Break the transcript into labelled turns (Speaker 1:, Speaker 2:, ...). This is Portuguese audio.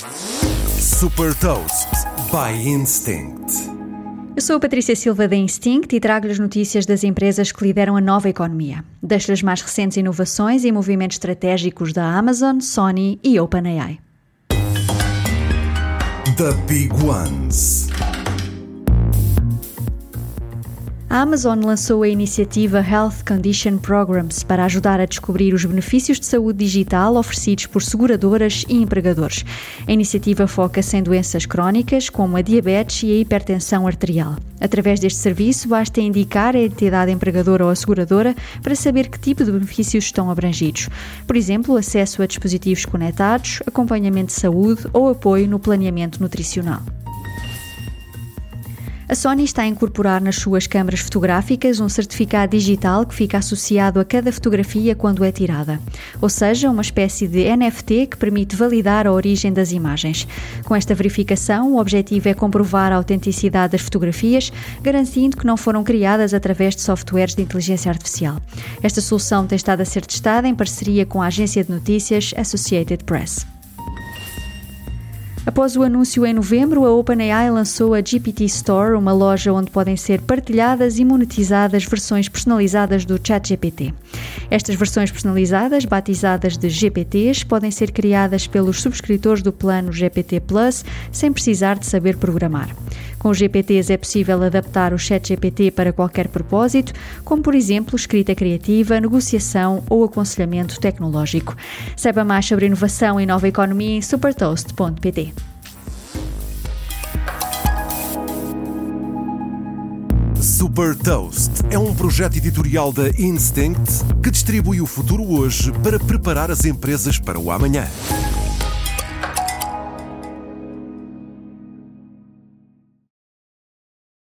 Speaker 1: Super Toast by Instinct.
Speaker 2: Eu sou a Patrícia Silva da Instinct e trago-lhe as notícias das empresas que lideram a nova economia. Deixo-lhe as mais recentes inovações e movimentos estratégicos da Amazon, Sony e OpenAI.
Speaker 1: The Big Ones.
Speaker 2: A Amazon lançou a iniciativa Health Condition Programs para ajudar a descobrir os benefícios de saúde digital oferecidos por seguradoras e empregadores. A iniciativa foca-se em doenças crónicas, como a diabetes e a hipertensão arterial. Através deste serviço, basta indicar a entidade empregadora ou a seguradora para saber que tipo de benefícios estão abrangidos. Por exemplo, acesso a dispositivos conectados, acompanhamento de saúde ou apoio no planeamento nutricional. A Sony está a incorporar nas suas câmaras fotográficas um certificado digital que fica associado a cada fotografia quando é tirada, ou seja, uma espécie de NFT que permite validar a origem das imagens. Com esta verificação, o objetivo é comprovar a autenticidade das fotografias, garantindo que não foram criadas através de softwares de inteligência artificial. Esta solução tem estado a ser testada em parceria com a agência de notícias Associated Press. Após o anúncio em novembro, a OpenAI lançou a GPT Store, uma loja onde podem ser partilhadas e monetizadas versões personalizadas do ChatGPT. Estas versões personalizadas, batizadas de GPTs, podem ser criadas pelos subscritores do plano GPT Plus, sem precisar de saber programar. Com os GPTs é possível adaptar o ChatGPT para qualquer propósito, como por exemplo escrita criativa, negociação ou aconselhamento tecnológico. Saiba mais sobre inovação e nova economia em supertoast.pt.
Speaker 1: Super Toast é um projeto editorial da Instinct que distribui o futuro hoje para preparar as empresas para o amanhã.